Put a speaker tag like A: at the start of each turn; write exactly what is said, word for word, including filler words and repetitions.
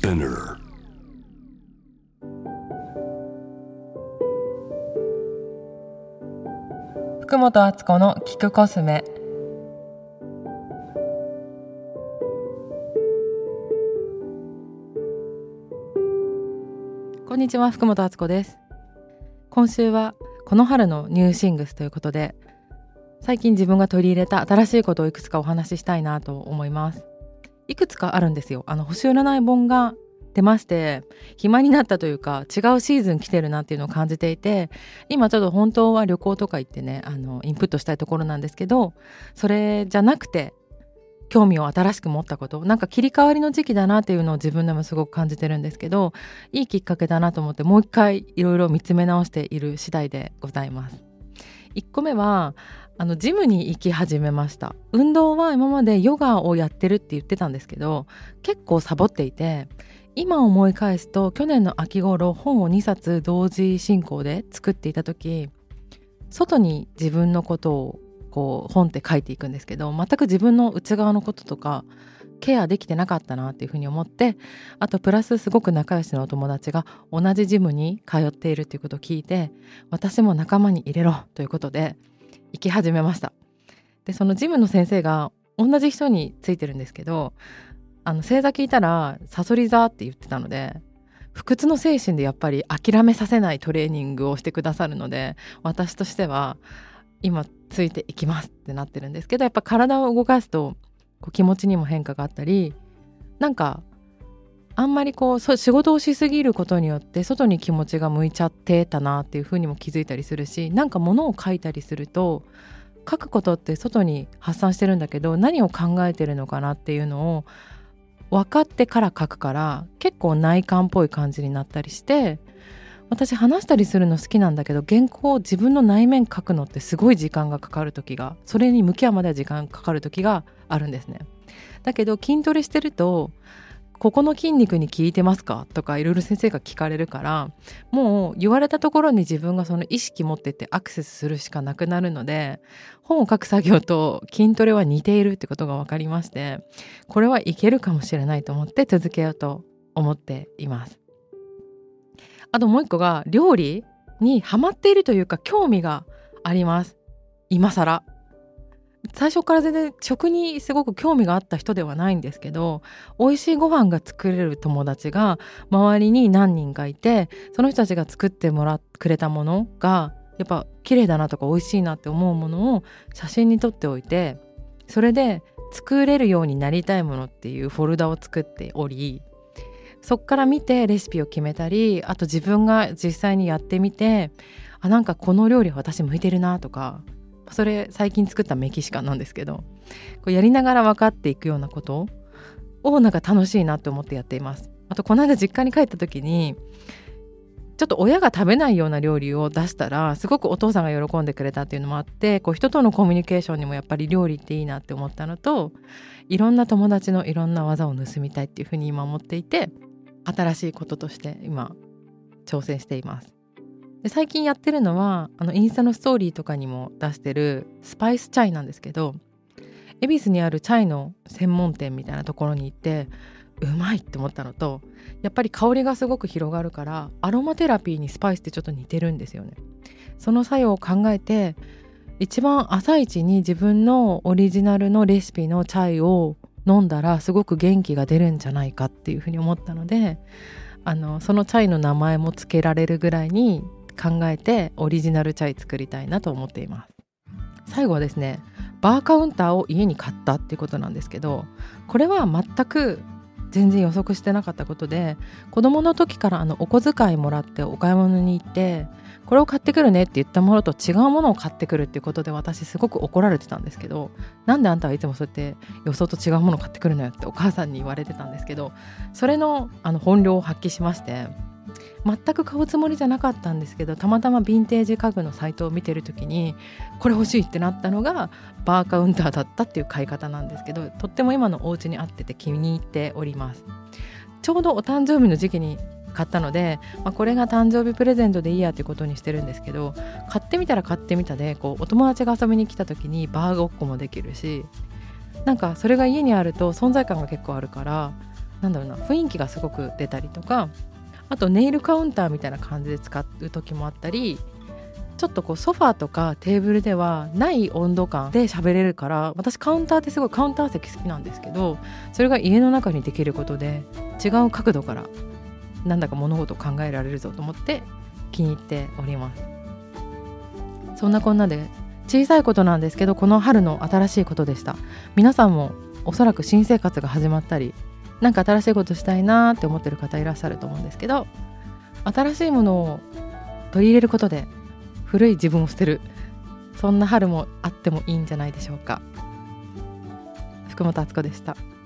A: Spinner.
B: 福本敦子の聞くコスメ。こんにちは、福本敦子です。今週はこの春のニューシングスということで、最近自分が取り入れた新しいことをいくつかお話ししたいなと思います。いくつかあるんですよ。あの星占い本が出まして、暇になったというか違うシーズン来てるなっていうのを感じていて、今ちょっと本当は旅行とか行ってね、あのインプットしたいところなんですけど、それじゃなくて興味を新しく持ったこと、なんか切り替わりの時期だなっていうのを自分でもすごく感じてるんですけど、いいきっかけだなと思ってもう一回いろいろ見つめ直している次第でございます。いっこめはあのジムに行き始めました。運動は今までヨガをやってるって言ってたんですけど、結構サボっていて、今思い返すと去年の秋頃本をにさつ同時進行で作っていた時、外に自分のことをこう本って書いていくんですけど、全く自分の内側のこととかケアできてなかったなっていうふうに思って、あとプラスすごく仲良しのお友達が同じジムに通っているっていうことを聞いて、私も仲間に入れろということで行き始めました。でそのジムの先生が同じ人についてるんですけど、あの星座聞いたらサソリ座って言ってたので、不屈の精神でやっぱり諦めさせないトレーニングをしてくださるので、私としては今ついていきますってなってるんですけど、やっぱ体を動かすとこう気持ちにも変化があったり、なんかあんまりこう仕事をしすぎることによって外に気持ちが向いちゃってたなっていうふうにも気づいたりするし、なんか物を書いたりすると、書くことって外に発散してるんだけど何を考えてるのかなっていうのを分かってから書くから、結構内観っぽい感じになったりして、私話したりするの好きなんだけど、原稿を自分の内面書くのってすごい時間がかかる時が、それに向き合うまでは時間かかる時があるんですね。だけど筋トレしてると、ここの筋肉に効いてますかとかいろいろ先生が聞かれるから、もう言われたところに自分がその意識持ってってアクセスするしかなくなるので、本を書く作業と筋トレは似ているってことが分かりまして、これはいけるかもしれないと思って続けようと思っています。あともう一個が料理にハマっているというか興味があります。今更最初から全然食にすごく興味があった人ではないんですけど、美味しいご飯が作れる友達が周りに何人かいて、その人たちが作ってもらってくれたものがやっぱ綺麗だなとか美味しいなって思うものを写真に撮っておいて、それで作れるようになりたいものっていうフォルダを作っており、そっから見てレシピを決めたり、あと自分が実際にやってみて、あ、なんかこの料理は私向いてるなとか、それ最近作ったメキシカンなんですけど、こうやりながら分かっていくようなことをなんか楽しいなと思ってやっています。あとこの間実家に帰った時に、ちょっと親が食べないような料理を出したらすごくお父さんが喜んでくれたっていうのもあって、こう人とのコミュニケーションにもやっぱり料理っていいなって思ったのと、いろんな友達のいろんな技を盗みたいっていうふうに今思っていて、新しいこととして今挑戦しています。で最近やってるのは、あのインスタのストーリーとかにも出してるスパイスチャイなんですけど、恵比寿にあるチャイの専門店みたいなところに行ってうまいって思ったのと、やっぱり香りがすごく広がるから、アロマテラピーにスパイスってちょっと似てるんですよね。その作用を考えて、一番朝一に自分のオリジナルのレシピのチャイを飲んだらすごく元気が出るんじゃないかっていうふうに思ったので、あのそのチャイの名前も付けられるぐらいに考えてオリジナルチャイ作りたいなと思っています。最後はですね、バーカウンターを家に買ったっていうことなんですけど、これは全く全然予測してなかったことで、子供の時からあのお小遣いもらってお買い物に行って、これを買ってくるねって言ったものと違うものを買ってくるっていうことで、私すごく怒られてたんですけど、なんであんたはいつもそうやって予想と違うものを買ってくるのよってお母さんに言われてたんですけど、それのあの本領を発揮しまして、全く買うつもりじゃなかったんですけど、たまたまヴィンテージ家具のサイトを見てる時にこれ欲しいってなったのがバーカウンターだったっていう買い方なんですけど、とっても今のお家に合ってて気に入っております。ちょうどお誕生日の時期に買ったので、まあ、これが誕生日プレゼントでいいやっていうことにしてるんですけど、買ってみたら買ってみたで、こうお友達が遊びに来た時にバーごっこもできるし、なんかそれが家にあると存在感が結構あるから、 なんだろうな雰囲気がすごく出たりとか、あとネイルカウンターみたいな感じで使う時もあったり、ちょっとこうソファーとかテーブルではない温度感で喋れるから、私カウンターってすごいカウンター席好きなんですけど、それが家の中にできることで違う角度からなんだか物事を考えられるぞと思って気に入っております。そんなこんなで小さいことなんですけど、この春の新しいことでした。皆さんもおそらく新生活が始まったり、なんか新しいことしたいなって思ってる方いらっしゃると思うんですけど、新しいものを取り入れることで古い自分を捨てる、そんな春もあってもいいんじゃないでしょうか。福本敦子でした。